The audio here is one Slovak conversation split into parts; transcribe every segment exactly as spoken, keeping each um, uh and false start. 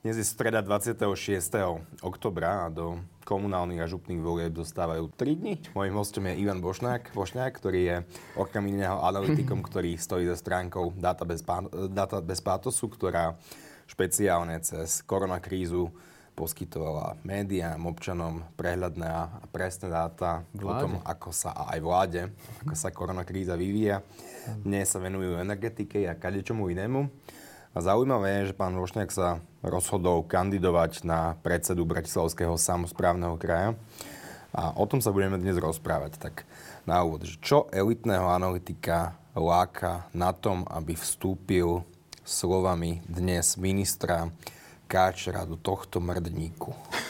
Dnes je streda dvadsiateho šiesteho októbra a do komunálnych a župných volieb dostávajú tri dni. Mojím hostom je Ivan Bošnák, Bošnák, ktorý je okrem iného analytikom, ktorý stojí za stránkou Data bez, pá- Data bez pátosu, ktorá špeciálne cez koronakrízu poskytovala médiám, občanom prehľadné a presné dáta o tom, ako sa aj vláde, ako sa koronakríza vyvíja. Dnes sa venujú energetike a kadečomu inému. A zaujímavé je, že pán Bošnák sa rozhodol kandidovať na predsedu Bratislavského samosprávneho kraja. A o tom sa budeme dnes rozprávať. Tak na úvod, že čo elitného analytika láka na tom, aby vstúpil slovami dnes ministra Káčera do tohto mrdníku?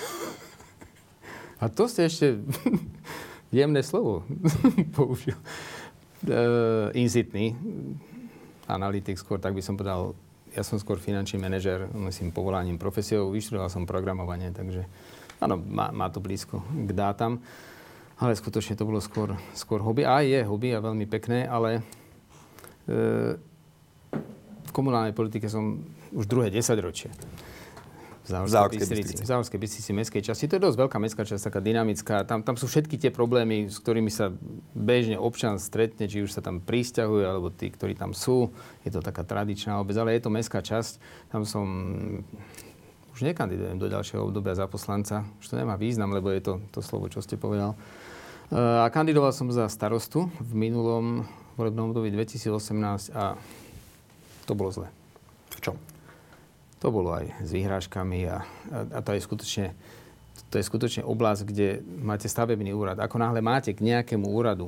A to ste ešte jemné slovo použil. Uh, inzitný analytik, skôr tak by som povedal. Ja som skôr finančný manažer, myslím, povolaním, profesiou. Vyštudoval som programovanie, takže áno, má, má to blízko k dátam. Ale skutočne to bolo skôr, skôr hobby. A je hobby a veľmi pekné, ale e, v komunálnej politike som už druhé desaťročie. V Záhorskej Bystrici. V Záhorskej Bystrici mestskej časti. To je dosť veľká mestská časť, taká dynamická. Tam, tam sú všetky tie problémy, s ktorými sa bežne občan stretne, či už sa tam prisťahuje, alebo tí, ktorí tam sú. Je to taká tradičná obec, ale je to mestská časť. Tam som... Už nekandidujem do ďalšieho obdobia za poslanca. Už to nemá význam, lebo je to to slovo, čo ste povedal. A kandidoval som za starostu v minulom volebnom období dvetisícosemnásť a to bolo zle. V čom? To bolo aj s vyhrážkami a, a, a to je skutočne, to je skutočne oblasť, kde máte stavebný úrad. Ako náhle máte k nejakému úradu,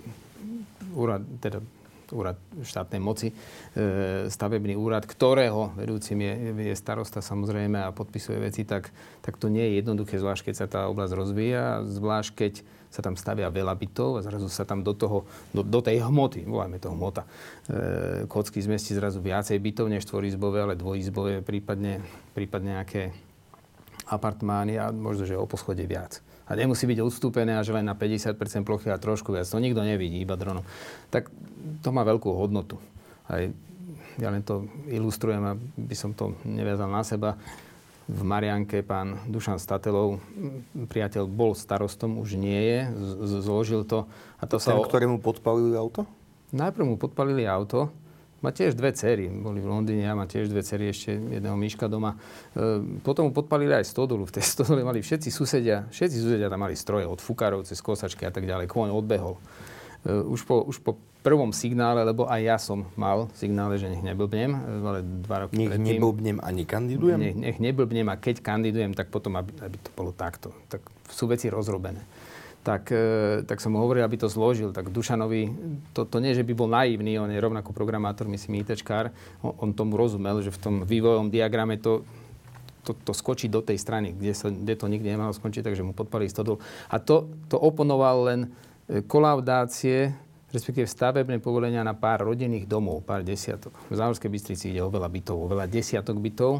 úrad, teda úrad štátnej moci, e, stavebný úrad, ktorého vedúcim je, je starosta samozrejme a podpisuje veci, tak, tak to nie je jednoduché, zvlášť keď sa tá oblasť rozvíja, zvlášť keď sa tam stavia veľa bytov a zrazu sa tam do toho, do, do tej hmoty, voláme to hmota, e, kocky zmestí zrazu viacej bytov, než štvorizbové, ale dvojizbové, prípadne, prípadne nejaké apartmány a možno, že o poschode viac. A nemusí byť odstúpené až len na päťdesiat percent plochy a trošku viac. To nikto nevidí, iba dronom. Tak to má veľkú hodnotu. Aj ja len to ilustrujem, aby som to neviazal na seba. V Marianke pán Dušan Statelov, priateľ, bol starostom, už nie je, z- zložil to. A to Ten, sa... ktorému podpalili auto? Najprv mu podpalili auto. Má tiež dve dcery. Boli v Londýne, ja má tiež dve dcery, ešte jedného Miška doma. E, potom mu podpalili aj stodolu. V tej stodole mali všetci susedia, všetci susedia tam mali stroje od fukárov cez kosačky a tak ďalej. Kôň odbehol. E, už, po, už po prvom signále, lebo aj ja som mal signále, že nech neblbnem, ale dva roky nech predtým. Nech neblbnem ani kandidujem? Nech, nech neblbnem a keď kandidujem, tak potom, aby, aby to bolo takto. Tak sú veci rozrobené. Tak, e, tak som mu hovoril, aby to zložil. Tak Dušanovi, to, to nie, že by bol naivný, on je rovnako programátor, myslím, ITčkár. On, on tomu rozumel, že v tom vývojovom diagrame to, to, to skočí do tej strany, kde, sa, kde to nikdy nemalo skončiť, takže mu podpalili stodol. A to, to oponoval len kolaudácie, respektíve stavebné povolenia na pár rodinných domov, pár desiatok. V Záhorskej Bystrici ide o veľa bytov, o veľa desiatok bytov.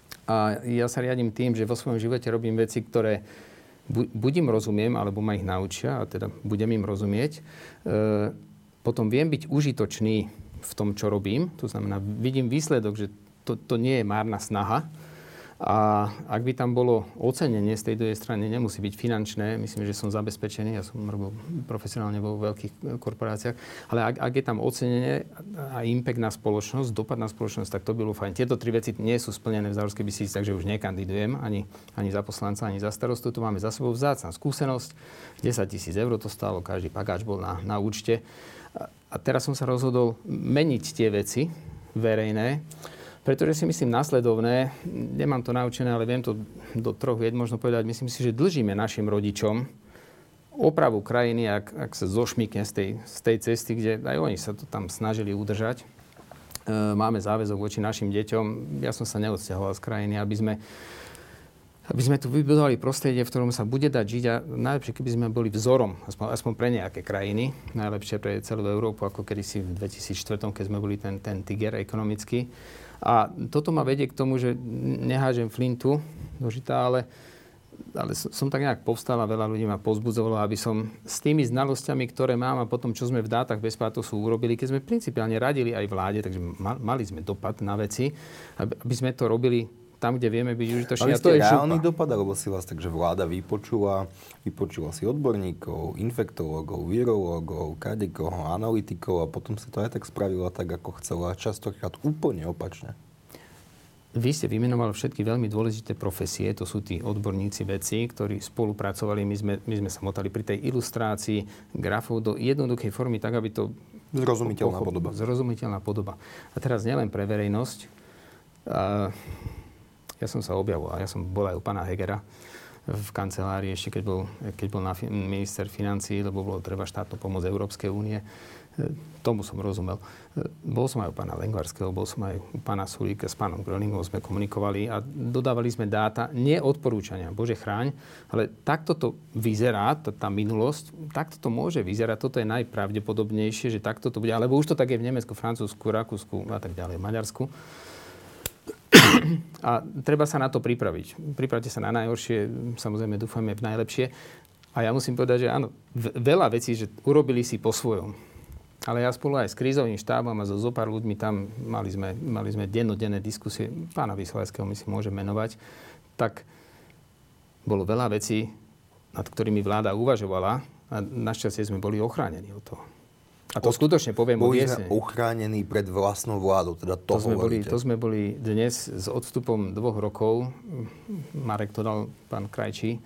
A ja sa riadím tým, že vo svojom živote robím veci, ktoré bu- buď im rozumiem, alebo ma ich naučia, a teda budem im rozumieť. E, potom viem byť užitočný v tom, čo robím. To znamená, vidím výsledok, že to, to nie je márna snaha. A ak by tam bolo ocenenie z tej druhej strany, nemusí byť finančné, myslím, že som zabezpečený, ja som robil profesionálne vo veľkých korporáciách, ale ak, ak je tam ocenenie a impact na spoločnosť, dopad na spoločnosť, tak to bylo fajn. Tieto tri veci nie sú splnené v Záhorskej Bystrici, takže už nekandidujem ani, ani za poslanca, ani za starostu. Tu máme za sebou vzácna skúsenosť. desať tisíc eur to stálo, každý pagáč bol na, na účte. A, a teraz som sa rozhodol meniť tie veci verejné, pretože si myslím nasledovné, nemám to naučené, ale viem to do troch vied možno povedať, myslím si, že dlžíme našim rodičom opravu krajiny, ak, ak sa zošmykne z tej, z tej cesty, kde aj oni sa to tam snažili udržať. E, máme záväzok voči našim deťom. Ja som sa neodsťahoval z krajiny, aby sme, aby sme tu vybudovali prostredie, v ktorom sa bude dať žiť a najlepšie, keby sme boli vzorom, aspoň, aspoň pre nejaké krajiny, najlepšie pre celú Európu, ako kedysi v dvetisícštyri, keď sme boli ten, ten tiger ekonomický. A toto ma vedie k tomu, že nehážem flintu do žita, ale, ale som tak nejak povstal a veľa ľudí ma pozbudzovalo, aby som s tými znalosťami, ktoré mám a potom, čo sme v dátach bez pátosu urobili, keď sme principiálne radili aj vláde, takže mali sme dopad na veci, aby sme to robili tam, kde vieme byť užitoční. Ale A to je reálny župa. dopad, alebo si vás tak, že vláda vypočula, vypočula si odborníkov, infektológov, virológov, kadekoho, analytikov a potom si to aj tak spravila tak, ako chcela, častokrát úplne opačne. Vy ste vymenoval všetky veľmi dôležité profesie, to sú tí odborníci, vedci, ktorí spolupracovali. My sme, my sme sa motali pri tej ilustrácii grafov do jednoduchej formy, tak, aby to... Zrozumiteľná pochop, podoba. Zrozumiteľná podoba. A teraz nielen pre verejnosť. A ja som sa objavoval, ja som bol aj u pána Hegera v kancelárii, ešte keď bol, keď bol na minister financií, lebo bolo treba štátnu pomoc Európskej únie. Tomu som rozumel. Bol som aj u pána Lengvarského, bol som aj u pána Sulíka, s pánom Gröningom sme komunikovali a dodávali sme dáta, nie odporúčania, Bože chráň, ale takto to vyzerá, tá, tá minulosť, takto to môže vyzerať, toto je najpravdepodobnejšie, že takto to bude, alebo už to tak je v Nemecku, Francúzsku, Rakúsku a tak ďalej, Maďarsku. A treba sa na to pripraviť. Pripravte sa na najhoršie, samozrejme dúfame v najlepšie. A ja musím povedať, že áno, veľa vecí, že urobili si po svojom. Ale ja spolu aj s krízovým štábom a so zopár ľuďmi tam mali sme, mali sme dennodenné diskusie, pána Vyslajského my si môžeme menovať, tak bolo veľa vecí, nad ktorými vláda uvažovala a našťastie sme boli ochránení od toho. A to skutočne poviem o Boli viesne. sme ochránení pred vlastnou vládou, teda to, To sme, boli, hovoríte. to sme boli dnes s odstupom dvoch rokov, Marek to dal, pán Krajčí,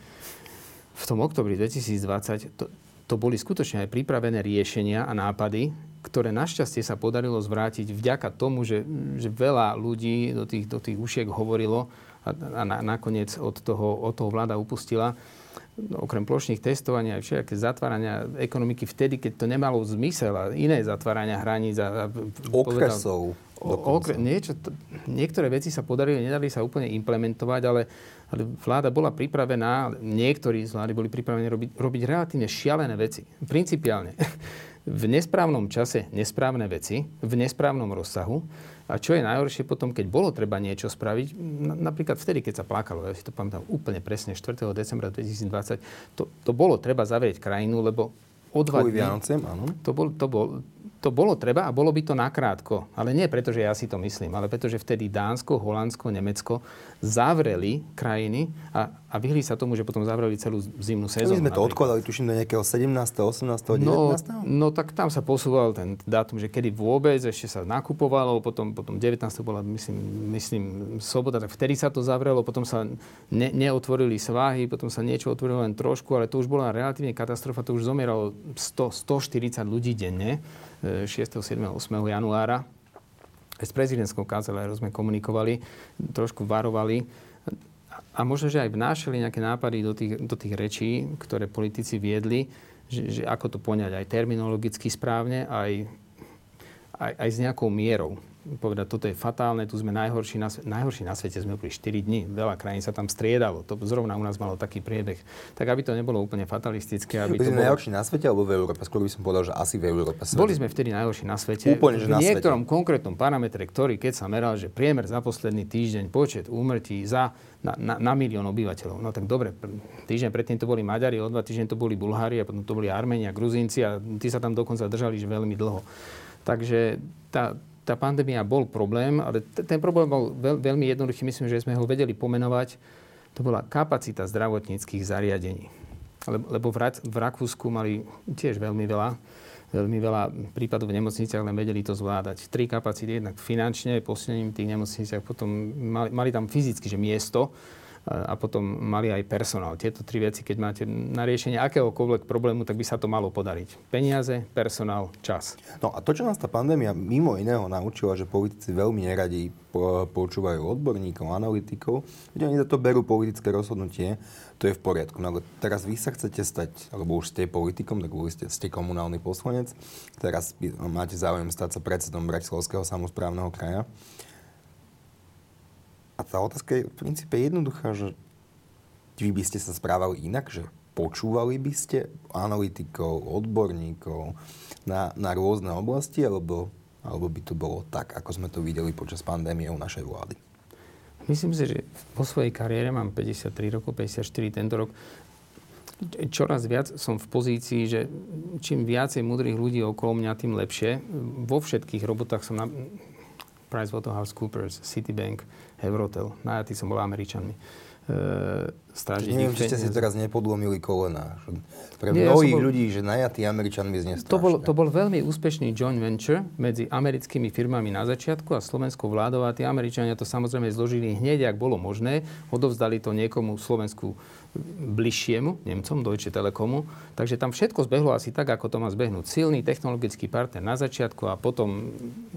v tom oktobri dvetisícdvadsať, to, to boli skutočne aj pripravené riešenia a nápady, ktoré našťastie sa podarilo zvrátiť vďaka tomu, že, že veľa ľudí do tých, do tých ušiek hovorilo a, a na, nakoniec od toho, od toho vláda upustila. Okrem plošných testovaní aj všetké zatvárania ekonomiky vtedy, keď to nemalo zmysel a iné zatvárania hraníc a... Okresov. Okre, niečo, to, niektoré veci sa podarili, nedali sa úplne implementovať, ale, ale vláda bola pripravená, niektorí z vlády boli pripravení robiť, robiť relatívne šialené veci. Principiálne. V nesprávnom čase nesprávne veci, v nesprávnom rozsahu. A čo je najhoršie potom, keď bolo treba niečo spraviť, napríklad vtedy, keď sa plakalo, ja si to pamätám úplne presne, štvrtého decembra dvetisícdvadsať, to, to bolo treba zavrieť krajinu, lebo o dva dní... áno. To bol, to bol, to bolo treba a bolo by to nakrátko. Ale nie preto, že ja si to myslím, ale preto, že vtedy Dánsko, Holandsko, Nemecko zavreli krajiny a, a vyhli sa tomu, že potom zavreli celú zimnú sezónu. My sme to odkladali, tuším, do nejakého sedemnásteho, osemnásteho, no, devätnásteho no tak tam sa posúval ten dátum, že kedy vôbec ešte sa nakupovalo, potom, potom devätnásteho bola, myslím, myslím, sobota, tak vtedy sa to zavrelo, potom sa ne, neotvorili svahy, potom sa niečo otvorilo len trošku, ale to už bola relatívne katastrofa, to už zomieralo sto, stoštyridsať ľudí denne, šiesteho, siedmeho, ôsmeho januára. S prezidentskou kanceláriou sme komunikovali, trošku varovali a možno, že aj vnášali nejaké nápady do tých, do tých rečí, ktoré politici viedli, že, že ako to poňať aj terminologicky správne, aj, aj, aj s nejakou mierou. Povedať, toto je fatálne, tu sme najhorší na, najhorší na svete, sme boli štyri dni, veľa krajín sa tam striedalo, to zrovna u nás malo taký priebeh. Tak aby to nebolo úplne fatalistické, aby to bolo... najhorší na svete alebo v Európe? Skôr by som povedal, že asi v Európe. Svete. Boli sme vtedy najhorší na svete. Úplne, že v na niektorom svete. konkrétnom parametre, ktorý keď sa meral, že priemer za posledný týždeň, počet úmrtí za, na, na, na milión obyvateľov. No tak dobre, týždeň predtým to boli Maďari, o dva týždeň to boli Bulhári a potom to boli Arméni a Gruzínci a tí sa tam dokonca držali že veľmi dlho. Takže tá Tá pandémia bol problém, ale t- ten problém bol veľ, veľmi jednoduchý. Myslím, že sme ho vedeli pomenovať. To bola kapacita zdravotníckych zariadení. Lebo, lebo v, Ra- v Rakúsku mali tiež veľmi veľa, veľmi veľa prípadov v nemocniciach, len vedeli to zvládať. Tri kapacity, jednak finančne, posilnením tých nemocniciach, potom mali, mali tam fyzicky, že miesto, a potom mali aj personál. Tieto tri veci, keď máte na riešenie akéhokoľvek problému, tak by sa to malo podariť. Peniaze, personál, čas. No a to, čo nás tá pandémia mimo iného naučila, že politici veľmi neradi počúvajú odborníkov, analytikov, že oni za to berú politické rozhodnutie, to je v poriadku. No ale teraz vy sa chcete stať, alebo už ste politikom, tak už ste, ste komunálny poslanec, teraz máte záujem stať sa predsedom Bratislavského samosprávneho kraja. A tá otázka je v princípe jednoduchá, že vy by ste sa správali inak, že počúvali by ste analytikov, odborníkov na, na rôzne oblasti, alebo, alebo by to bolo tak, ako sme to videli počas pandémie u našej vlády? Myslím si, že vo svojej kariére mám päťdesiattri rokov, päťdesiatštyri tento rok. Čoraz viac som v pozícii, že čím viacej múdrych ľudí okolo mňa, tým lepšie. Vo všetkých robotách som... Na... PricewaterhouseCoopers, Citibank, Eurotel. Najatý som bol Američanmi. Čiže neviem, či ste si teraz nepodlomili kolená. Pre mnohých bol, ľudí, že najatí Američanmi znie strašne. To bol, to bol veľmi úspešný joint venture medzi americkými firmami na začiatku a slovenskou vládou a tí Američania to samozrejme zložili hneď, ak bolo možné. Odovzdali to niekomu Slovensku bližšiemu, Nemcom, Deutsche Telekomu. Takže tam všetko zbehlo asi tak, ako to má zbehnúť. Silný technologický partner na začiatku a potom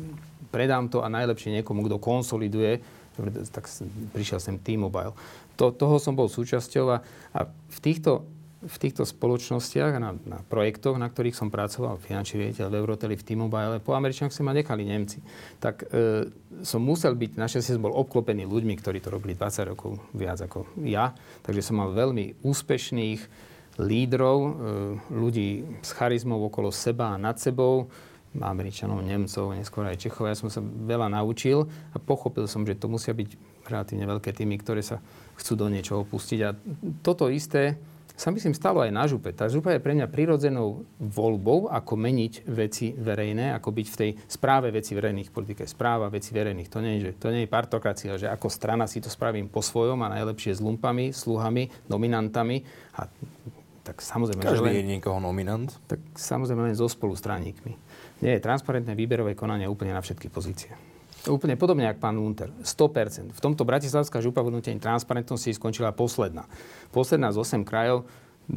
predám to a najlepšie niekomu, kto konsoliduje. Tak prišiel sem T-Mobile. To, toho som bol súčasťou a, a v, týchto, v týchto spoločnostiach a na, na projektoch, na ktorých som pracoval, finančný riaditeľ v Euroteli, v T-Mobile, po Američanoch sa ma nechali Nemci. Tak e, som musel byť, našťastie som bol obklopený ľuďmi, ktorí to robili dvadsať rokov viac ako ja. Takže som mal veľmi úspešných lídrov, e, ľudí s charizmou okolo seba a nad sebou, Američanov, Nemcov, neskôr aj Čechov. Ja som sa veľa naučil a pochopil som, že to musia byť relatívne veľké týmy, ktoré sa chcú do niečoho pustiť. A toto isté sa myslím stalo aj na župe. Tá župa je pre mňa prirodzenou voľbou, ako meniť veci verejné, ako byť v tej správe veci verejných, politike správa veci verejných. To nie je, to nie je partokracia, že ako strana si to spravím po svojom a najlepšie s lumpami, sluhami, nominantami. A tak samozrejme, každý že len, je niekoho nominant. Tak samozrejme len so spolustraníkmi. Nie je transparentné výberové konanie úplne na všetky pozície. Úplne podobne, ako pán Lunter. sto percent. V tomto bratislavská župa v hodnotení transparentnosti skončila posledná. Posledná z osem krajov.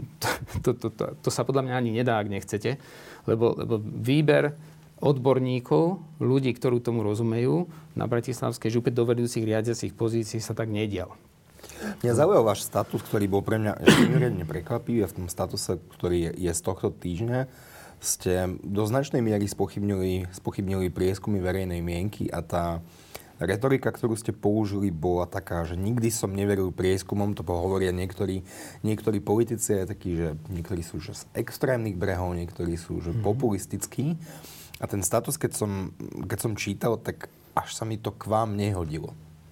To, to, to, to sa podľa mňa ani nedá, ak nechcete. Lebo, lebo výber odborníkov, ľudí, ktorí tomu rozumejú, na bratislavskej župe do vedúcich riadiacich pozícií sa tak nedial. Mňa zaujal váš status, ktorý bol pre mňa mimoriadne prekvapivý. V tom statuse, ktorý je, je z tohto týždňa, ste do značnej miery spochybnili, spochybnili prieskumy verejnej mienky a tá retorika, ktorú ste použili, bola taká, že nikdy som neveril prieskumom, to hovoria niektorí, niektorí politici, aj takí, že niektorí sú že z extrémnych brehov, niektorí sú že mm-hmm. populistickí. A ten status, keď som, keď som čítal, tak až sa mi to k vám nehodilo.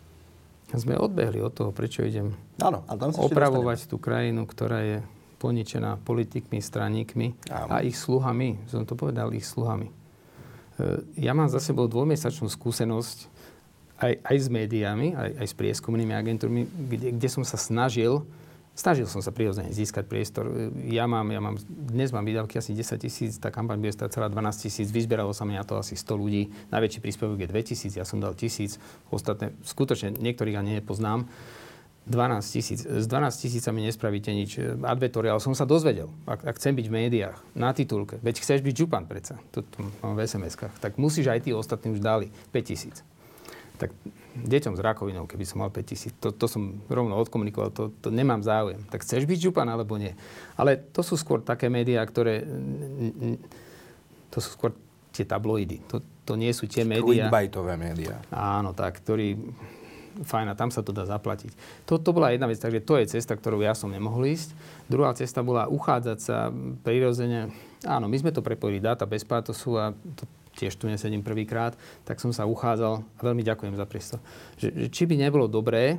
Sme odbehli od toho, prečo idem Áno, a tam sa opravovať tú krajinu, ktorá je poničená politikmi, straníkmi a ich sluhami. Som to povedal, ich sluhami. Ja mám za sebou dvojmesačnú skúsenosť aj, aj s médiami, aj, aj s prieskumnými agentúrmi, kde, kde som sa snažil, snažil som sa prirodzene získať priestor. Ja mám, ja mám, dnes mám výdavky asi desať tisíc, tá kampaň bude stáť celá dvanásť tisíc, vyzberalo sa mi na to asi sto ľudí, najväčší príspevok je dvetisíc, ja som dal tisíc, ostatné, skutočne niektorých ani nepoznám. dvanásť tisíc. Z dvanásť tisíc mi nespravíte nič. Advertoriál som sa dozvedel. Ak, ak chcem byť v médiách, na titulke, veď chceš byť župan predsa, to, to mám v es em eskách, tak musíš aj tí ostatní už dali päť tisíc. Tak deťom s rakovinou, keby som mal päť tisíc, to, to som rovno odkomunikoval, to, to nemám záujem. Tak chceš byť župan, alebo nie? Ale to sú skôr také médiá, ktoré... To sú skôr tie tabloidy. To, to nie sú tie médiá... Clickbaitové médiá. Áno, tak, ktorí... Fajn, a tam sa to dá zaplatiť. To, to bola jedna vec, takže to je cesta, ktorú ja som nemohol ísť. Druhá cesta bola uchádzať sa prirodzene. Áno, my sme to prepojili, dáta bez pátosu a to tiež tu nesedím prvýkrát, tak som sa uchádzal a veľmi ďakujem za priestor. Že, že či by nebolo dobré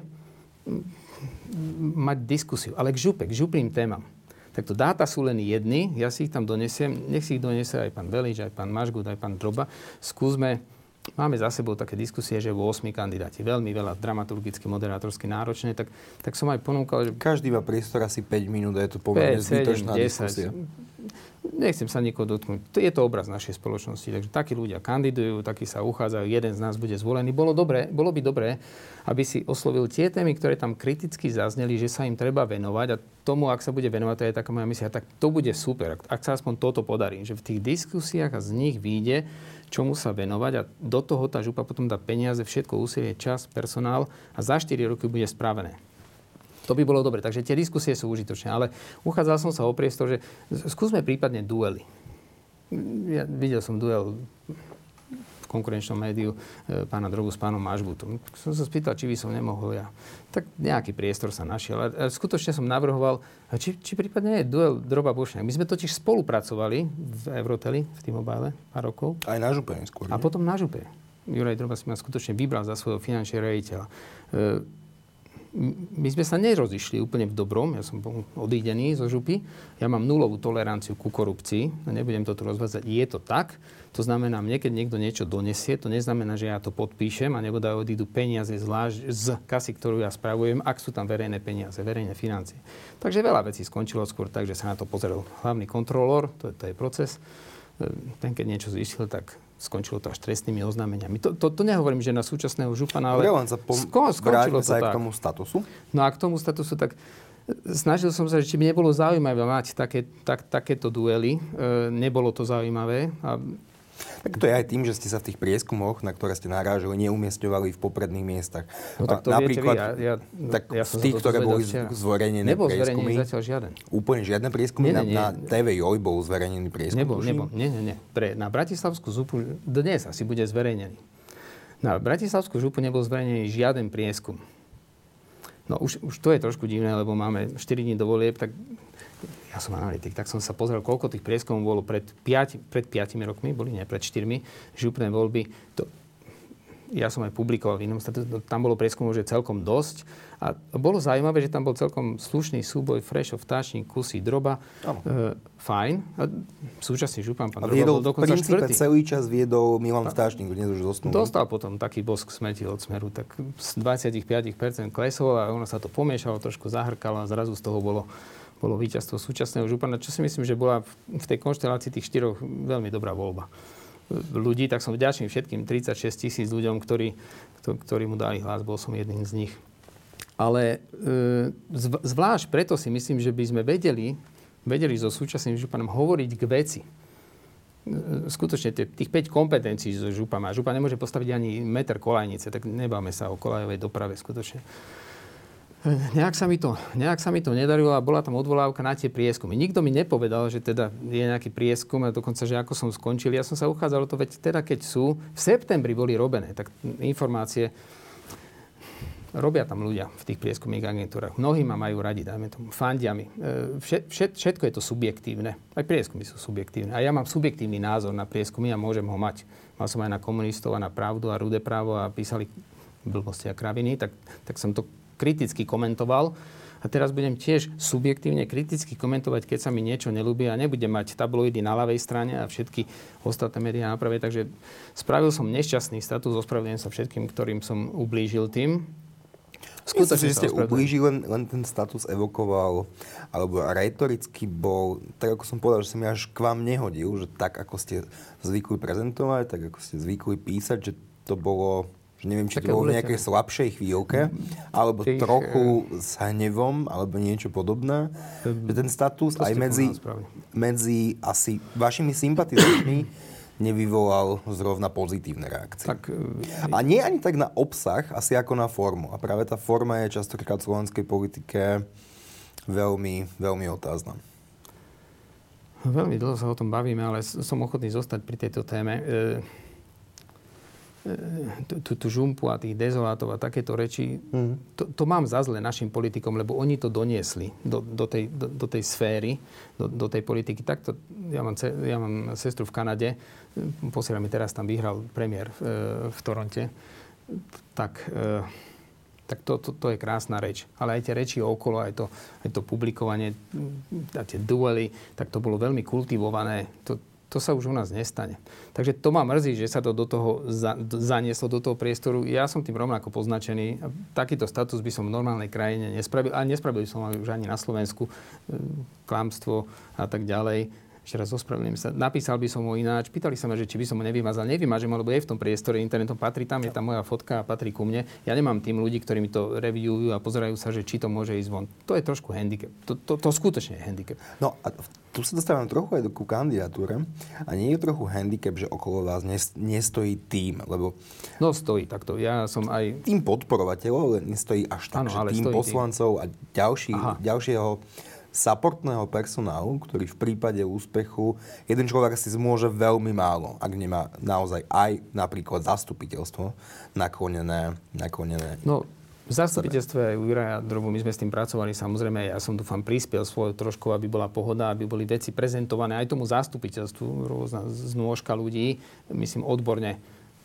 mať diskusiu, ale k župe, k župným témam. Takto dáta sú len jedny, ja si ich tam donesiem, nech si ich donesie aj pán Velič, aj pán Mažgut, aj pán Droba. Skúsme. Máme za sebou také diskusie, že osem kandidáti. Veľmi veľa dramaturgicky, moderátorsky náročné. Tak, tak som aj ponúkal, že... Každý má priestor asi päť minút a je to pomerne zbytočná diskusia. Nechcem sa nikoho dotknúť. Je to obraz našej spoločnosti. Takže takí ľudia kandidujú, takí sa uchádzajú, jeden z nás bude zvolený. Bolo, dobré, bolo by dobré, aby si oslovil tie témy, ktoré tam kriticky zazneli, že sa im treba venovať. A tomu, ak sa bude venovať, to je taká moja misia, tak to bude super. Ak, ak sa aspoň toto podarí. Že v tých diskusiách a z nich vyjde, čomu sa venovať a do toho tá župa potom dá peniaze, všetko úsilie, čas, personál a za štyri roky bude spravené. To by bolo dobre. Takže tie diskusie sú užitočné. Ale uchádzal som sa o priestor, že skúsme prípadne duely. Ja videl som duel v konkurenčnom médiu e, pána Drobu s pánom Mažbutom. Som sa spýtal, či by som nemohol ja. Tak nejaký priestor sa našiel. A, a skutočne som navrhoval, či, či prípadne je duel Droba Bošňák. My sme totiž spolupracovali v Euroteli, v T-Mobile pár rokov. Aj na župe skôr. A potom na župe. Juraj Droba si ma skutočne vybral za svojho finančného riaditeľa. E, my sme sa nerozišli úplne v dobrom. Ja som bol odídený zo župy. Ja mám nulovú toleranciu ku korupcii. Nebudem to tu rozvádzať. Je to tak. To znamená, mne, keď niekto niečo donesie, to neznamená, že ja to podpíšem a nebo odídu peniaze zvlášť z kasy, ktorú ja spravujem, ak sú tam verejné peniaze, verejné financie. Takže veľa vecí skončilo skôr tak, že sa na to pozrel hlavný kontrolór, to, to je proces. Ten, keď niečo zistil, tak skončilo to až trestnými oznámeniami. To, to, to nehovorím, že na súčasného župana, ale len sa pom- sko- skončilo to tak. K tomu statusu. No a k tomu statusu, tak snažil som sa, že či by nebolo zaujímavé mať také, tak, takéto duely. E, nebolo to zaujímavé. A tak to je aj tým, že ste sa v tých prieskumoch, na ktoré ste narážali, neumiestňovali v popredných miestach. No tak to napríklad, viete vy, ja, ja, tak ja som z tých, ktoré boli zverejnené nebol prieskumy. Nebol zverejnený zatiaľ žiaden. Úplne žiadne prieskumy? Nie, nie, na, na té vé Joj bol zverejnený prieskum? Nebol, nebol. Nie, nie, nie. Pre, na Bratislavskú župu dnes asi bude zverejnený. Na Bratislavskú župu nebol zverejnený žiaden prieskum. No už, už to je trošku divné, lebo máme štyri dní do volieb, tak ja som analytik, tak som sa pozrel, koľko tých prieskumov bolo pred, piati, pred piatimi rokmi, boli nie, pred štyrmi, župné voľby. To, ja som aj publikoval v inom statu, tam bolo prieskumov, že celkom dosť. A bolo zaujímavé, že tam bol celkom slušný súboj Frešov, Vtáčnik, Kusy, Droba. E, fajn. A súčasný župan, pán Droba, bol dokonca štvrtý. Celý čas viedol Milan Vtáčnik, dnes už zosnul. Dostal potom taký bosk smeti od Smeru, tak z dvadsaťpäť percent klesol a ono sa to pomiešalo, trošku zahrkalo a zrazu z toho bolo bolo víťazstvo súčasného župana, čo si myslím, že bola v tej konštelácii tých štyroch veľmi dobrá voľba ľudí, tak som vďačný všetkým tridsaťšesť tisíc ľuďom, ktorí, ktorí mu dali hlas, bol som jedným z nich. Ale e, zvlášť preto si myslím, že by sme vedeli, vedeli so súčasným županom hovoriť k veci. Skutočne tých päť kompetencií so župa má. Župa nemôže postaviť ani meter kolajnice, tak nebáme sa o kolajovej doprave skutočne. Nejak sa, mi to, nejak sa mi to nedarilo a bola tam odvolávka na tie prieskumy. Nikto mi nepovedal, že teda je nejaký prieskum a dokonca, že ako som skončil. Ja som sa uchádzal o to, veď teda keď sú, v septembri boli robené, tak informácie robia tam ľudia v tých prieskumných agentúrach. Mnohí ma majú radi, dajme tomu, fandiami. Všet, všet, všetko je to subjektívne. Aj prieskumy sú subjektívne. A ja mám subjektívny názor na prieskumy a môžem ho mať. Mal som aj na komunistov a na Pravdu a Rudé právo a písali blbosti a kraviny, tak, tak som to kriticky komentoval. A teraz budem tiež subjektívne kriticky komentovať, keď sa mi niečo neľúbi a nebudem mať tabloidy na ľavej strane a všetky ostatné médiá na pravej. Takže spravil som nešťastný status, ospravedlňujem sa všetkým, ktorým som ublížil tým. Skutočne, že ste ublížili, len, len ten status evokoval, alebo retoricky bol, tak ako som povedal, že sa mi až k vám nehodil, že tak, ako ste zvykli prezentovať, tak, ako ste zvykli písať, že to bolo, že neviem, či to bolo v nejakej slabšej chvíľke, alebo Tých, trochu s hnevom, alebo niečo podobné. Že ten status aj medzi, medzi asi vašimi sympatizantmi nevyvolal zrovna pozitívne reakcie. Tak, a nie ani tak na obsah, asi ako na formu. A práve tá forma je častokrát v slovenskej politike veľmi, veľmi otázna. Veľmi dlho sa o tom bavíme, ale som ochotný zostať pri tejto téme. Tú, tú žumpu a tých dezolátov a takéto reči, mm. to, to mám za zle našim politikom, lebo oni to doniesli do, do, tej, do, do tej sféry, do, do tej politiky. Takto, ja mám, ja mám sestru v Kanade, posiaľ mi teraz tam vyhral premiér v, v Toronte, tak, tak to, to, to je krásna reč. Ale aj tie reči okolo, aj to, aj to publikovanie, aj tie duely, tak to bolo veľmi kultivované. To, To sa už u nás nestane. Takže to ma mrzí, že sa to do toho za, zanieslo do toho priestoru. Ja som tým rovnako poznačený. Takýto status by som v normálnej krajine nespravil. A nespravil som už ani na Slovensku. Klamstvo a tak ďalej. Ešte raz ospravedlňujem sa. Napísal by som ho ináč. Pýtali sa ma, že či by som ho nevymazal. Nevymažem, lebo je v tom priestore internetom. Patrí tam, je tam moja fotka a patrí ku mne. Ja nemám tým ľudí, ktorí mi to reviewujú a pozerajú sa, že či to môže ísť von. To je trošku handicap. To, to, to skutočne je handicap. No a tu sa dostávam trochu aj ku kandidatúre. A nie je trochu handicap, že okolo vás nestojí tým, lebo... No stojí takto. Ja som aj... Tým podporovateľov, ale nestojí až tak, ano, že tým poslancov tým. A ďalší, ďalšieho supportného personálu, ktorý v prípade úspechu jeden človek si zmôže veľmi málo, ak nemá naozaj aj napríklad zastupiteľstvo naklonené. naklonené no, v zastupiteľstve aj u Juraja Drobu, my sme s tým pracovali, samozrejme, ja som dúfam prispiel svojou trošku, aby bola pohoda, aby boli veci prezentované aj tomu zastupiteľstvu, rôzna znôžka ľudí, myslím odborne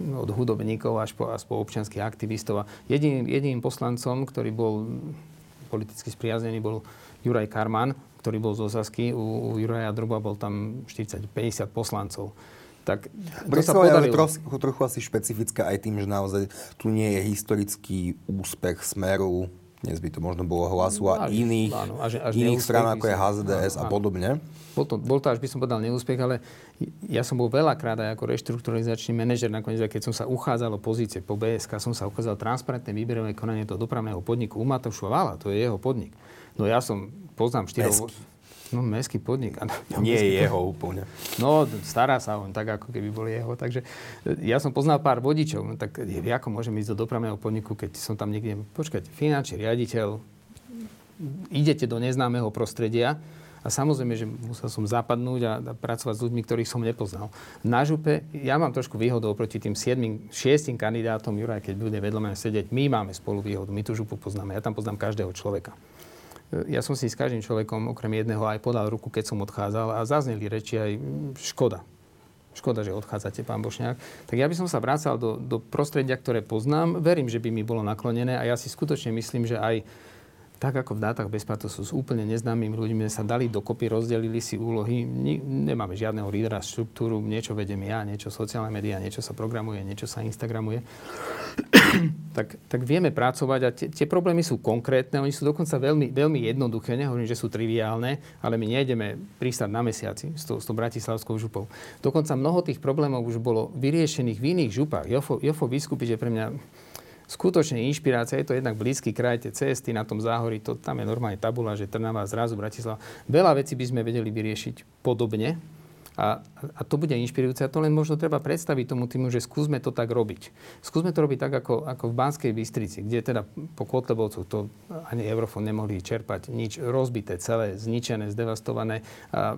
od hudobníkov až po, až po občianskych aktivistov. A jediným, jediným poslancom, ktorý bol politicky spriaznený, bol Juraj Karman, ktorý bol z Osasky. U, u Juraja Droba bol tam štyridsať päťdesiat poslancov. Tak to sa podarilo. Ale trochu, trochu asi špecifická aj tým, že naozaj tu nie je historický úspech Smeru, dnes by to možno bolo Hlasu a až, iných, áno, až, až iných strán, ako je há zet dé es áno, a podobne. Bol to, bol to, až by som povedal, neúspech, ale ja som bol veľakrát aj ako reštrukturalizačný manažer, nakoniec, keď som sa uchádzal o pozície po bé es ká, som sa ukázal transparentné výberové konanie toho dopravného podniku u Matouša Vála, to je jeho podnik. No ja som, poznám štyroch... No, mestský podnik. Nie je jeho úplne. No, stará sa on tak, ako keby bol jeho. Takže ja som poznal pár vodičov. No, tak ako môžem ísť do dopravného podniku, keď som tam niekde, počkajte, finančný riaditeľ, idete do neznámeho prostredia a samozrejme, že musel som zapadnúť a, a pracovať s ľuďmi, ktorých som nepoznal. Na župe, ja mám trošku výhodu oproti tým siedmim, šiestim kandidátom, Juraj, keď bude vedľa mňa sedieť, my máme spolu výhodu, my tú župu poznáme. Ja tam poznám každého človeka. Ja som si s každým človekom, okrem jedného, aj podal ruku, keď som odchádzal a zazneli reči aj škoda. Škoda, že odchádzate, pán Bošňák. Tak ja by som sa vracal do, do prostredia, ktoré poznám. Verím, že by mi bolo naklonené a ja si skutočne myslím, že aj tak ako v Dátach bez patosu s úplne neznámymi ľuďmi sa dali dokopy, rozdelili si úlohy. Nemáme žiadneho lídera, štruktúru, niečo vedem ja, niečo sociálne médiá, niečo sa programuje, niečo sa instagramuje. tak, tak vieme pracovať a tie, tie problémy sú konkrétne, oni sú dokonca veľmi, veľmi jednoduché, nehovorím, že sú triviálne, ale my nejdeme pristať na mesiaci s tou, s tou bratislavskou župou. Dokonca mnoho tých problémov už bolo vyriešených v iných župách. Jofo, Jofo Biskupič je pre mňa skutočne inšpirácia, je to jednak blízky kraj, tie cesty na tom záhorí, to, tam je normálne tabula, že Trnava, zrazu Bratislava. Veľa vecí by sme vedeli vyriešiť podobne a, a to bude inšpirujúce. A to len možno treba predstaviť tomu týmu, že skúsme to tak robiť. Skúsme to robiť tak, ako, ako v Banskej Bystrici, kde teda po Kotlebovcoch to ani Eurofond nemohli čerpať, nič rozbité, celé, zničené, zdevastované. A,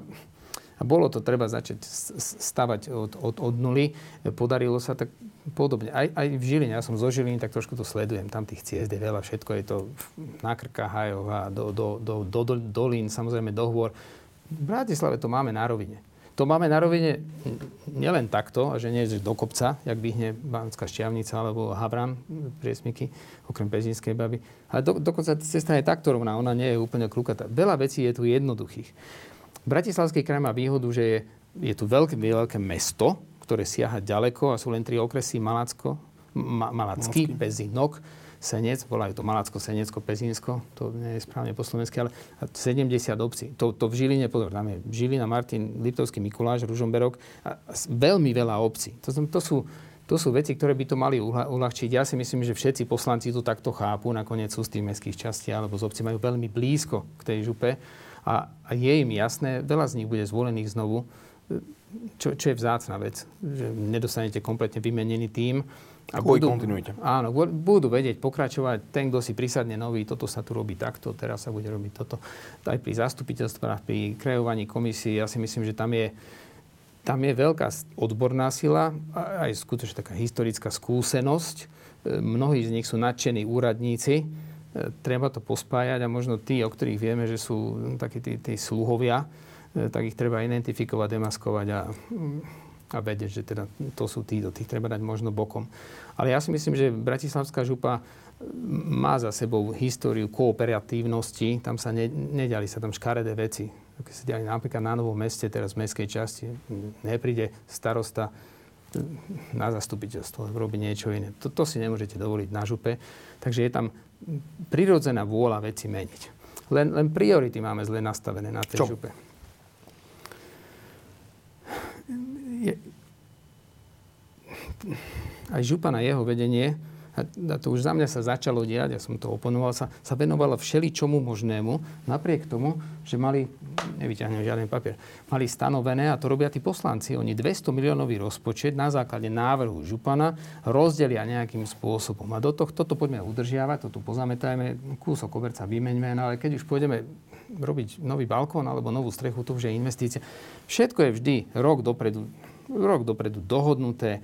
A bolo to treba začať stavať od, od, od nuly. Podarilo sa tak podobne. Aj, aj v Žiline, ja som zo Žiliny, tak trošku to sledujem. Tam tých ciest je veľa, všetko je to na Krkách, Hajová, do, do, do, do, do dolín, samozrejme do hôr. V Bratislave to máme na rovine. To máme na rovine nielen takto, a že nie je do kopca, jak vyhne Banská Štiavnica alebo Havran, priesmiky, okrem Pezinskej baby. Ale do, dokonca cesta je takto rovná, ona nie je úplne krúkatá. Veľa vecí je tu jednoduchých. Bratislavský kraj má výhodu, že je, je tu veľké, veľké mesto, ktoré siaha ďaleko a sú len tri okresy Malacko, Ma, Malacký, Pezinok, Senec, volajú to Malacko, Senecko, Pezínsko, to nie je správne po slovensky, ale sedemdesiat obcí. To, to v Žiline, pozor, tam je Žilina, Martin, Liptovský Mikuláš, Ružomberok a veľmi veľa obcí. To, to, sú, to sú veci, ktoré by to mali uľa, uľahčiť. Ja si myslím, že všetci poslanci to takto chápu, nakoniec sú z tých mestských častí alebo z obcí majú veľmi blízko k tej župe. A, a je im jasné, veľa z nich bude zvolených znovu, čo, čo je vzácna vec, že nedostanete kompletne vymenený tím. A budú, áno, budú vedieť pokračovať. Ten, kto si prisadne nový, toto sa tu robí takto, teraz sa bude robiť toto. Aj pri zastupiteľstvách, pri kreovaní komisí, ja si myslím, že tam je, tam je veľká odborná sila, aj skutočne taká historická skúsenosť. Mnohí z nich sú nadšení úradníci. Treba to pospájať a možno tí, o ktorých vieme, že sú takí tí, tí sluhovia, tak ich treba identifikovať, demaskovať a, a vedieť, že teda to sú tí, do tých treba dať možno bokom. Ale ja si myslím, že Bratislavská župa má za sebou históriu kooperatívnosti, tam sa ne, nediali sa tam škaredé veci. Keď sa diali napríklad na Novom Meste, teraz v mestskej časti, nepríde starosta na zastupiteľstvo, robí niečo iné. To, to si nemôžete dovoliť na župe. Takže je tam prirodzená vôľa veci meniť. Len, len priority máme zle nastavené na tej Čo? župe. Je, aj župa na jeho vedenie, a to už za mňa sa začalo diať, ja som to oponoval, sa, sa venovala všeličomu možnému, napriek tomu, že mali, nevyťahnem žiaden papier, mali stanovené, a to robia tí poslanci, oni dvesto miliónový rozpočet na základe návrhu župana rozdelia nejakým spôsobom. A do tohto to poďme udržiavať, to tu pozametajme, kúsok koberca vymeňme, no ale keď už pôjdeme robiť nový balkón alebo novú strechu, to už je investícia. Všetko je vždy rok dopredu, rok dopredu dohodnuté,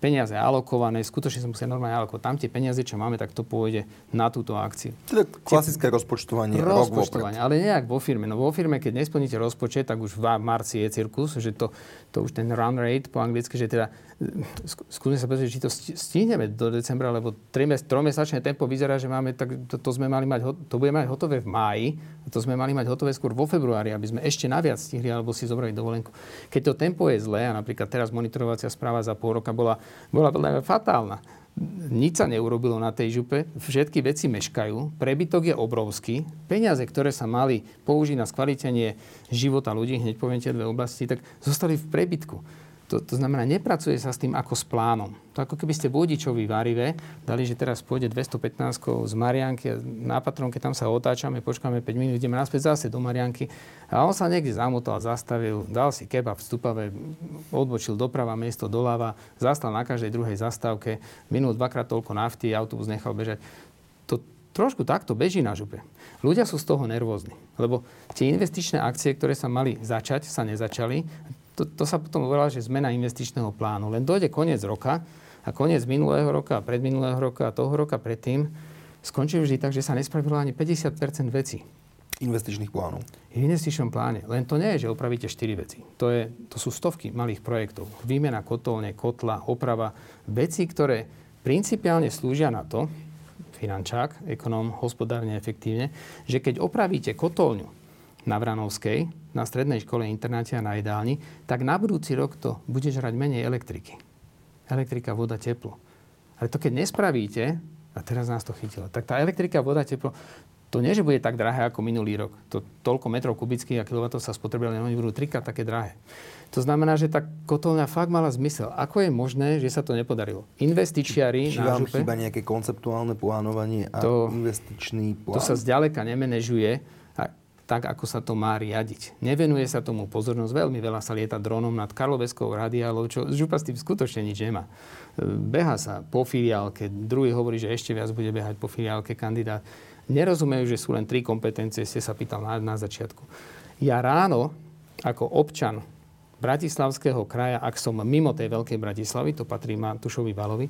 peniaze alokované, skutočne sa musia normálne alokovať. Tam tie peniaze, čo máme, tak to pôjde na túto akciu. Teda klasické rozpočtovanie, rozpočtovanie, ale nejak vo firme. No vo firme, keď nesplníte rozpočet, tak už v marci je cirkus, že to, to už ten run rate po anglicky, že teda skúsme sa pozrieť, či to stihneme do decembra, lebo trojmesačné tempo vyzerá, že máme, tak to, to sme mali mať, to budeme mať hotové v máji, to sme mali mať hotové skôr vo februári, aby sme ešte naviac stihli, alebo si zobrali dovolenku. Keď to tempo je zlé, a napríklad teraz monitorovacia správa za pol roka bola, bola podľa mňa fatálna. Nič sa neurobilo na tej župe, všetky veci meškajú, prebytok je obrovský, peniaze, ktoré sa mali použiť na skvalitenie života ľudí, hneď poviem tie dve oblasti, tak zostali v prebytku. To, to znamená, nepracuje sa s tým ako s plánom. To ako keby ste vodičovi varive dali, že teraz pôjde dvestopätnásť z Marianky, na Patronke tam sa otáčame, počkáme päť minút, ideme naspäť zase do Marianky. A on sa niekde zamotal, zastavil, dal si kebab v Stupave, odbočil doprava, miesto doľava, zastal na každej druhej zastávke, minút dvakrát toľko nafty, autobus nechal bežať. To trošku takto beží na župe. Ľudia sú z toho nervózni, lebo tie investičné akcie, ktoré sa mali začať, sa nezačali. To, to sa potom volá, že zmena investičného plánu. Len dojde koniec roka a koniec minulého roka, predminulého roka a toho roka predtým skončí vždy tak, že sa nespravilo ani päťdesiat percent vecí. Investičných plánov. V investičnom pláne. Len to nie je, že opravíte štyri veci. To, je, to sú stovky malých projektov. Výmena kotolne, kotla, oprava. Veci, ktoré principiálne slúžia na to, finančák, ekonóm, hospodárne, efektívne, že keď opravíte kotolňu na Vranovskej, na strednej škole, internáte a na jedálni, tak na budúci rok to bude žrať menej elektriky. Elektrika, voda, teplo. Ale to keď nespravíte, a teraz nás to chytilo, tak tá elektrika, voda, teplo, to nie, že bude tak drahé ako minulý rok. To toľko metrov kubických a kilovatov sa spotrebili, oni budú trikrát také drahé. To znamená, že tá kotolňa fakt mala zmysel. Ako je možné, že sa to nepodarilo? Investičiari Či na vám župe... chýba nejaké konceptuálne plánovanie a to, investičný plán? To sa zďaleka nemenežuje tak, ako sa to má riadiť. Nevenuje sa tomu pozornosť. Veľmi veľa sa lieta dronom nad Karloveskou radiálou, čo župa s tým skutočne nič nemá. Beha sa po filiálke, druhý hovorí, že ešte viac bude behať po filiálke kandidát. Nerozumejú, že sú len tri kompetencie, ste sa pýtal na, na začiatku. Ja ráno, ako občan Bratislavského kraja, ak som mimo tej veľkej Bratislavy, to patrí Matúšovi Valovi,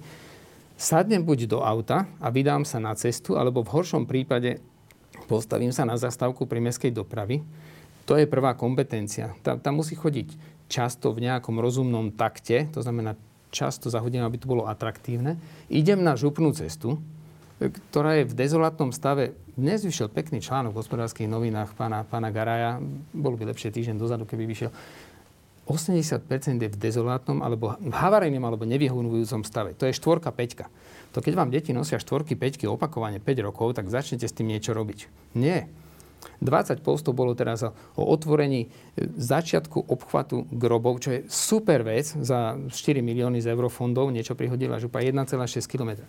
sadnem buď do auta a vydám sa na cestu, alebo v horšom prípade postavím sa na zastávku pri mestskej dopravy. To je prvá kompetencia. Tam, tam musí chodiť často v nejakom rozumnom takte, to znamená často za hodinu, aby to bolo atraktívne. Idem na župnú cestu, ktorá je v dezolátnom stave. Dnes vyšiel pekný článok v Hospodárskych novinách pána, pána Garaja. Bolo by lepšie týždeň dozadu, keby vyšiel. osemdesiat percent je v dezolátnom alebo v havarijnom alebo nevyhovujúcom stave. To je štvorka, peťka. To keď vám deti nosia štvorky, peťky opakovane päť rokov, tak začnete s tým niečo robiť. Nie. dvadsať postov bolo teraz o otvorení začiatku obchvatu grobov, čo je super vec za štyri milióny z eurofondov, niečo prihodila župa jeden celá šesť kilometra.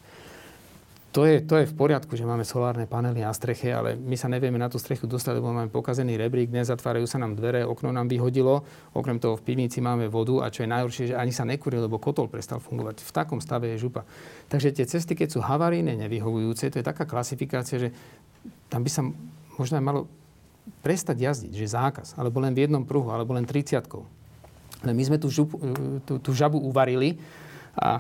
To je, to je v poriadku, že máme solárne panely na streche, ale my sa nevieme na tú strechu dostať, lebo máme pokazený rebrík, nezatvárajú sa nám dvere, okno nám vyhodilo, okrem toho v pivnici máme vodu a čo je najhoršie, že ani sa nekúri, lebo kotol prestal fungovať. V takom stave je župa. Takže tie cesty, keď sú havarijné, nevyhovujúce, to je taká klasifikácia, že tam by sa možno aj malo prestať jazdiť, že zákaz, alebo len v jednom pruhu, alebo len tridsiatkou. Ale my sme tú, župu, tú, tú žabu uvarili a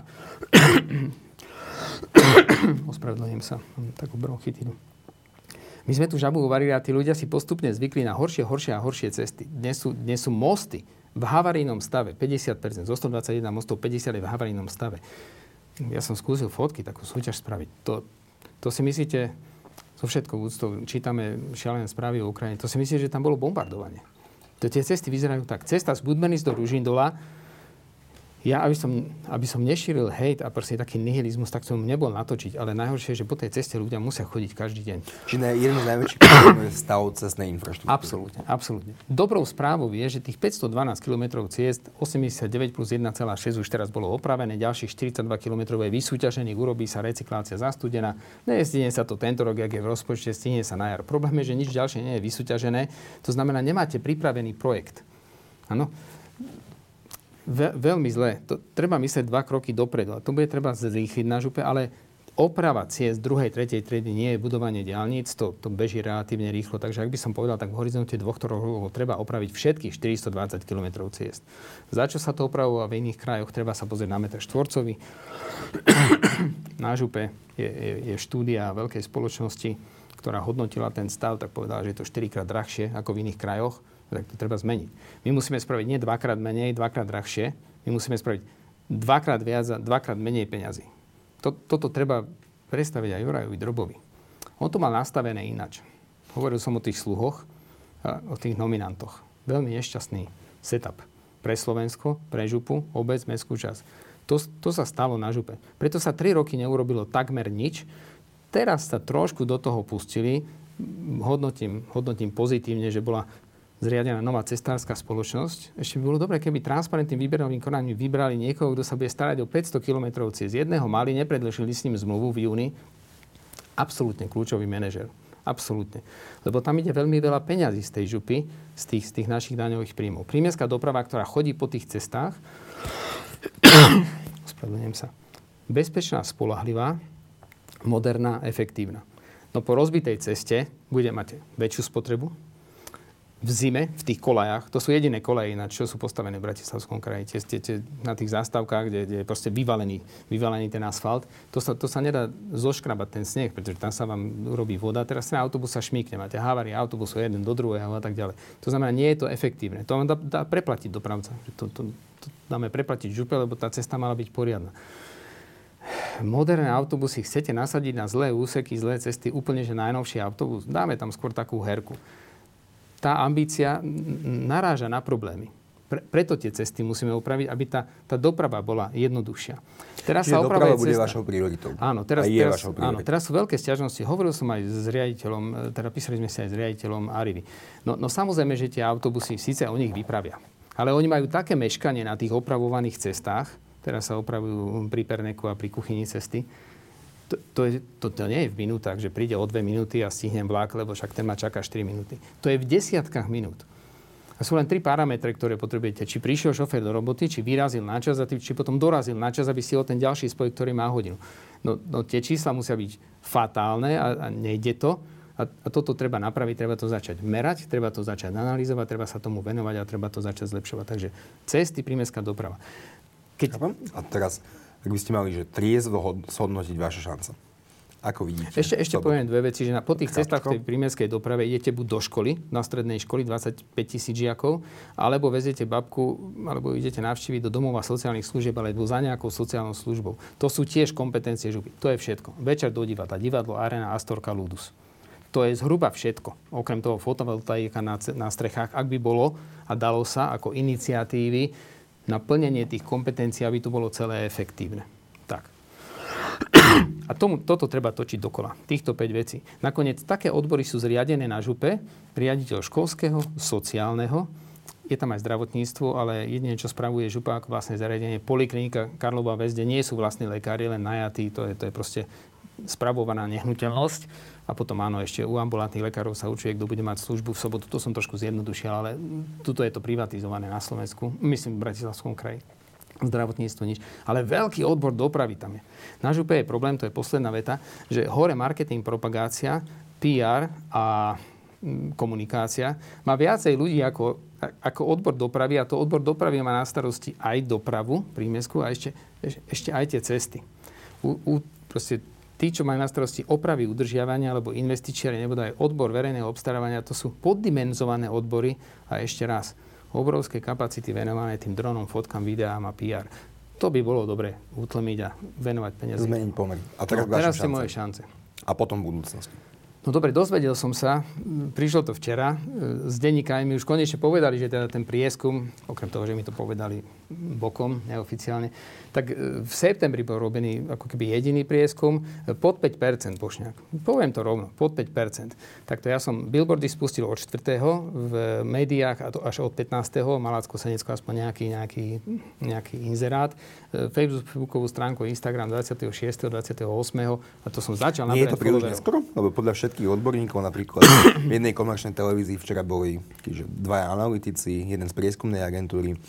ospravedlňujem sa, mám takú bronchitidu. My sme tú žabu uvarili a tí ľudia si postupne zvykli na horšie, horšie a horšie cesty. Dnes sú, dnes sú mosty v havarijnom stave, päťdesiat percent, zo stodvadsaťjeden mostov päťdesiat je v havarijnom stave. Ja som skúsil fotky, takú súťaž spraviť. To, to si myslíte, so všetkou úctou, čítame šialené správy o Ukrajine, to si myslíte, že tam bolo bombardovanie. To tie cesty vyzerajú tak. Cesta z Budmenic do Ružindola. Ja, aby som, aby som nešíril hejt a proste taký nihilizmus, tak som nebol natočiť. Ale najhoršie je, že po tej ceste ľudia musia chodiť každý deň. Čiže jeden z najväčších problémov je stav cestnej infraštruktúry. Absolútne, absolútne. Dobrou správou je, že tých päťstodvanásť kilometrov ciest, osemdesiatdeväť plus jeden celá šesť už teraz bolo opravené, ďalších štyridsaťdva kilometrov je vysúťažených, urobí sa recyklácia zastudená. Nestihne sa to tento rok, jak je v rozpočte, stihne sa na jar. Problém je, že nič ďalšie nie je vysúťažené. To znamená, nemáte pripravený projekt. Áno. Ve, veľmi zlé. To, treba myslieť dva kroky dopredu. A to bude treba zrýchliť na župe, ale oprava ciest druhej, tretej triedy nie je budovanie diaľnic, to, to beží relatívne rýchlo. Takže ak by som povedal, tak v horizonte dvoch rokov treba opraviť všetkých štyridstodvadsať kilometrov ciest. Za čo sa to opravuje v iných krajoch? Treba sa pozrieť na meter štvorcový. Na Župe je, je, je štúdia veľkej spoločnosti, ktorá hodnotila ten stav, tak povedala, že je to štyrikrát drahšie ako v iných krajoch. Tak to treba zmeniť. My musíme spraviť nie dvakrát menej, dvakrát drahšie. My musíme spraviť dvakrát viac a dvakrát menej peňazí. Toto treba predstaviť aj Jurajovi Drobovi. On to mal nastavené inač. Hovoril som o tých sluhoch, o tých nominantoch. Veľmi nešťastný setup pre Slovensko, pre Župu, obec, mestskú časť. To, to sa stalo na Župe. Preto sa tri roky neurobilo takmer nič. Teraz sa trošku do toho pustili. Hodnotím, hodnotím pozitívne, že bola zriadená nová cestárska spoločnosť. Ešte by bolo dobré, keby transparentným výberovým konaním vybrali niekoho, kto sa bude starať o päťsto kilometrov cez jedného mali, nepredĺžili s ním zmluvu v júni. Absolútne kľúčový manažer. Absolútne. Lebo tam ide veľmi veľa peňazí z tej Župy, z tých, z tých našich daňových príjmov. Prímestská doprava, ktorá chodí po tých cestách, ospravedlňujem sa, bezpečná, spoľahlivá, moderná, efektívna. No po rozbitej ceste bude mať väčšiu spotrebu, v zime, v tých kolajách, to sú jediné koleje, na čo sú postavené v Bratislavskom kraji, tie, tie, tie, na tých zástavkách, kde, kde je proste vyvalený, vyvalený ten asfalt, to sa, to sa nedá zoškrabať ten sneh, pretože tam sa vám urobí voda, teraz ten autobus sa šmíkne, máte havárie autobusu jeden do druhého a tak ďalej. To znamená, nie je to efektívne. To vám dá, dá preplatiť dopravca. To, to, to dáme preplatiť Župe, lebo tá cesta mala byť poriadna. Moderné autobusy chcete nasadiť na zlé úseky, zlé cesty, úplne že najnovší autobus, dáme tam skôr takú herku. Tá ambícia naráža na problémy. Pre, preto tie cesty musíme upraviť, aby tá, tá doprava bola jednoduchšia. Teraz Čiže sa doprava cesta. bude vašou prioritou. Áno, teraz, je teraz, vašou prioritou. áno, teraz sú veľké sťažnosti. Hovoril som aj s riaditeľom, teda písali sme si aj s riaditeľom Arrivy. No, no samozrejme, že tie autobusy síce o nich vypravia, ale oni majú také meškanie na tých opravovaných cestách, teraz sa opravujú pri Perneku a pri kuchyni cesty. To, to, je, to, to nie je v minútach, že príde o dve minúty a stihnem vlak, lebo však ten ma čaká štyri minúty. To je v desiatkách minút. A sú len tri parametre, ktoré potrebujete. Či prišiel šofér do roboty, či vyrazil na čas a či potom dorazil na čas, aby si ten ďalší spoj, ktorý má hodinu. No, no tie čísla musia byť fatálne a, a nejde to. A, a toto treba napraviť, treba to začať merať, treba to začať analyzovať, treba sa tomu venovať a treba to začať zlepšovať. Takže cesty, prímestská doprava. Keď... A teraz... Tak by ste mali, že triezvo zhodnotiť vaše šance. Ako vidíte? Ešte, ešte poviem dve veci, že na, po tých Krátko. cestách v tej prímestskej doprave idete buď do školy, na strednej školy, dvadsaťpäť tisíc žiakov, alebo veziete babku, alebo idete navštíviť do domova sociálnych služieb, alebo za nejakou sociálnou službou. To sú tiež kompetencie Župy. To je všetko. Večer do divadla, divadlo, arena, Astorka, Ludus. To je zhruba všetko. Okrem toho fotovoltaika na, na strechách, ak by bolo a dalo sa ako iniciatívy na plnenie tých kompetencií, aby to bolo celé efektívne. Tak. A tomu, toto treba točiť dokola. Týchto päť vecí. Nakoniec také odbory sú zriadené na Župe, riaditeľ školského, sociálneho, je tam aj zdravotníctvo, ale jedine, čo spravuje Župa ako vlastné zariadenie, poliklinika Karlova Ves, kde nie sú vlastní lekári, len najatí, to je, to je proste spravovaná nehnuteľnosť. A potom áno, ešte u ambulantných lekárov sa určuje, kto bude mať službu v sobotu. To som trošku zjednodušil, ale tuto je to privatizované na Slovensku. Myslím, v Bratislavskom kraji. Zdravotníctvo nič. Ale veľký odbor dopravy tam je. Na Župe je problém, to je posledná veta, že hore marketing, propagácia, pé er a komunikácia má viacej ľudí ako, ako odbor dopravy. A to odbor dopravy má na starosti aj dopravu prímestskú a ešte, ešte aj tie cesty. U, u, proste tí, čo majú na starosti opravy, udržiavania alebo investičiari, nebo aj odbor verejného obstarávania, to sú poddimenzované odbory a ešte raz, obrovské kapacity venované tým dronom, fotkám, videám a pé er. To by bolo dobre utlmiť a venovať peniaze. Zmeniť pomer. A teraz, no, teraz ste moje šance. A potom v budúcnosti. No dobre, dozvedel som sa, prišlo to včera, z denníka mi už konečne povedali, že teda ten prieskum, okrem toho, že mi to povedali bokom, neoficiálne, tak v septembri bol robený ako keby jediný prieskum pod päť percent Bošňák. Poviem to rovno, pod päť percent. Takto ja som billboardy spustil od štvrtého v médiách až od pätnásteho Malacko Senecko aspoň nejaký, nejaký, nejaký inzerát. Facebookovú stránku, Instagram dvadsiateho šiesteho dvadsiateho ôsmeho a to som začal nabrať. Nie je to príliš neskoro? Lebo podľa všetkých odborníkov, napríklad v jednej komerčnej televízii včera boli dvaja analytici, jeden z prieskumnej agentúry,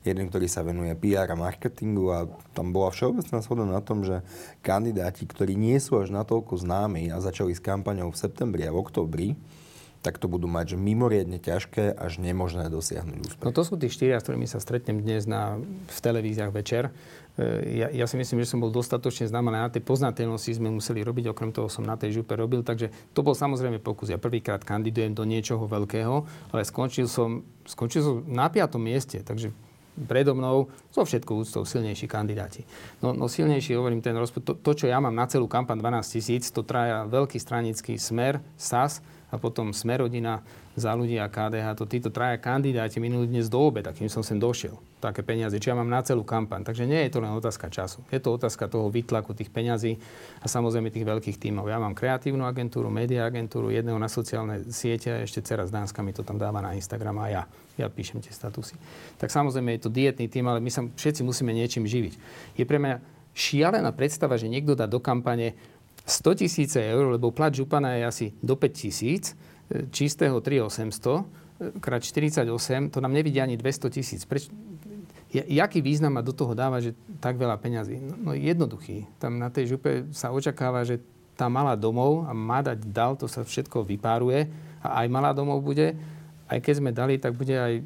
jeden, ktorý sa venuje pé er a marketingu a tam bola všeobecná zhoda na tom, že kandidáti, ktorí nie sú až natoľko známi a začali s kampaňou v septembri a v októbri, tak to budú mať že mimoriadne ťažké až nemožné dosiahnuť úspech. No to sú tí štyria, s ktorými sa stretnem dnes na, v televíziách večer. Ja, ja si myslím, že som bol dostatočne známy, ale na tej poznateľnosti sme museli robiť, okrem toho som na tej župe robil, takže to bol samozrejme pokus. Ja prvýkrát kandidujem do niečoho veľkého, ale skončil som, skončil som na piatom mieste, takže predo mnou so všetkou úctou silnejší kandidáti. No, no silnejší, hovorím, ten rozpočet, to, to, čo ja mám na celú kampaň dvanásť tisíc, to traja veľký stranický Smer, es a es a potom Smerodina, Za ľudí a ká dé há. To títo traja kandidáti minulý dnes do obeda, kým som sem došiel. Také peniaze, čo ja mám na celú kampaň. Takže nie je to len otázka času. Je to otázka toho výtlaku tých peňazí a samozrejme tých veľkých tímov. Ja mám kreatívnu agentúru, média agentúru, jedného na sociálne siete a ešte dcera z Dánska mi to tam dáva na Instagram a ja. Ja píšem tie statusy. Tak samozrejme je to dietný tím, ale my sa všetci musíme niečím živiť. Je pre mňa šialená predstava, že niekto dá do kampane sto tisíc eur, lebo plat župana je asi do päť tisíc, čistého tri tisíc osemsto krát štyridsaťosem, to nám nevidia ani dvesto tisíc. Preč, jaký význam má do toho dáva, že tak veľa peňazí? No, no jednoduchý. Tam na tej župe sa očakáva, že tá malá domov a má dať dal, to sa všetko vypáruje a aj malá domov bude. Aj keď sme dali, tak bude aj,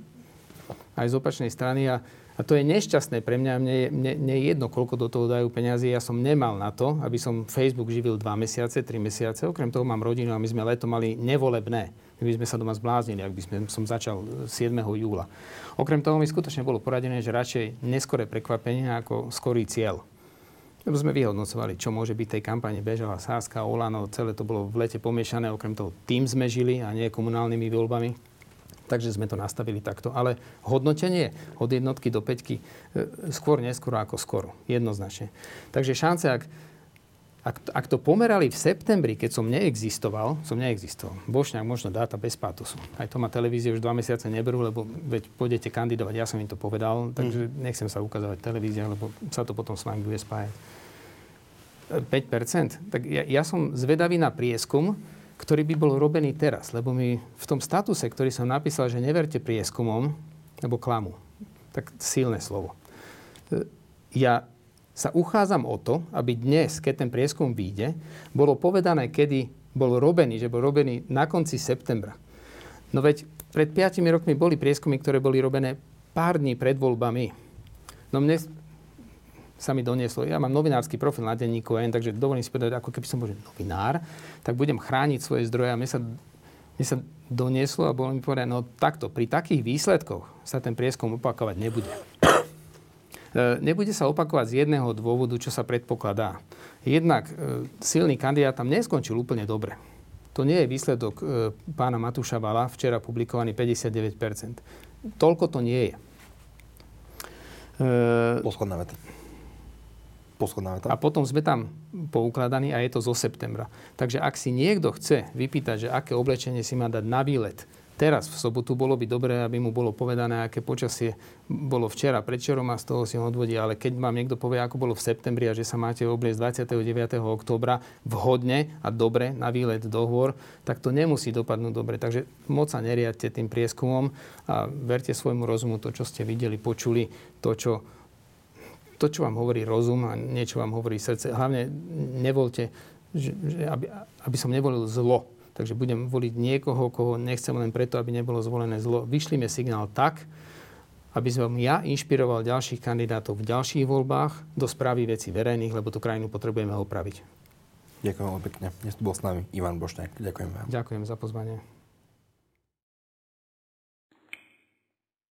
aj z opačnej strany a A to je nešťastné pre mňa. Mne, mne, mne je jedno, koľko do toho dajú peniazy. Ja som nemal na to, aby som Facebook živil dva mesiace, tri mesiace. Okrem toho mám rodinu a my sme leto mali nevolebné. My by sme sa doma zbláznili, ak by sme, som začal siedmeho júla. Okrem toho mi skutočne bolo poradené, že radšej neskoré prekvapenie ako skorý cieľ. Lebo sme vyhodnocovali, čo môže byť tej kampane. Bežala Sáska, Olano, celé to bolo v lete pomiešané. Okrem toho tým sme žili a nie komunálnymi voľbami. Takže sme to nastavili takto. Ale hodnotenie od jednotky do päťky skôr neskôr ako skoro. Jednoznačne. Takže šance, ak, ak, ak to pomerali v septembri, keď som neexistoval, som neexistoval. Bošňák možno dáta bez pátosu. Aj to ma televízie už dva mesiace neberú, lebo veď pôjdete kandidovať, ja som im to povedal, takže nechcem sa ukazovať v televíziách, lebo sa to potom s vami bude spájať. päť percent. Tak ja, ja som zvedavý na prieskum, ktorý by bol robený teraz. Lebo mi v tom statuse, ktorý som napísal, že neverte prieskumom, alebo klamu, tak silné slovo. Ja sa uchádzam o to, aby dnes, keď ten prieskum vyjde, bolo povedané, kedy bol robený, že bol robený na konci septembra. No veď pred piatimi rokmi boli prieskumy, ktoré boli robené pár dní pred voľbami. No mne sa mi donieslo. Ja mám novinársky profil na denníku N, takže dovolím si povedať, ako keby som bol novinár, tak budem chrániť svoje zdroje a mne sa, mne sa donieslo a bolo mi povedať, no takto, pri takých výsledkoch sa ten prieskum opakovať nebude. E, nebude sa opakovať z jedného dôvodu, čo sa predpokladá. Jednak e, silný kandidát tam neskončil úplne dobre. To nie je výsledok e, pána Matúša Vala, včera publikovaný päťdesiatdeväť percent. Toľko to nie je. E, Poschodná veta. A potom sme tam poukladaní a je to zo septembra. Takže ak si niekto chce vypýtať, že aké oblečenie si má dať na výlet teraz v sobotu, bolo by dobré, aby mu bolo povedané, aké počasie bolo včera, predčerom a z toho si ho odvodí. Ale keď vám niekto povie, ako bolo v septembri a že sa máte obliecť dvadsiateho deviateho októbra vhodne a dobre na výlet do hôr, tak to nemusí dopadnúť dobre. Takže moc sa neriadte tým prieskumom a verte svojmu rozumu to, čo ste videli, počuli, to, čo To, čo vám hovorí rozum a niečo vám hovorí srdce. Hlavne nevolte, že, že aby, aby som nevolil zlo. Takže budem voliť niekoho, koho nechcem len preto, aby nebolo zvolené zlo. Vyšlime signál tak, aby som ja inšpiroval ďalších kandidátov v ďalších voľbách do správy vecí verejných, lebo tú krajinu potrebujeme opraviť. Ďakujem veľmi pekne. Dnes tu bol s nami Ivan Bošňák. Ďakujem vám. Ďakujem za pozvanie.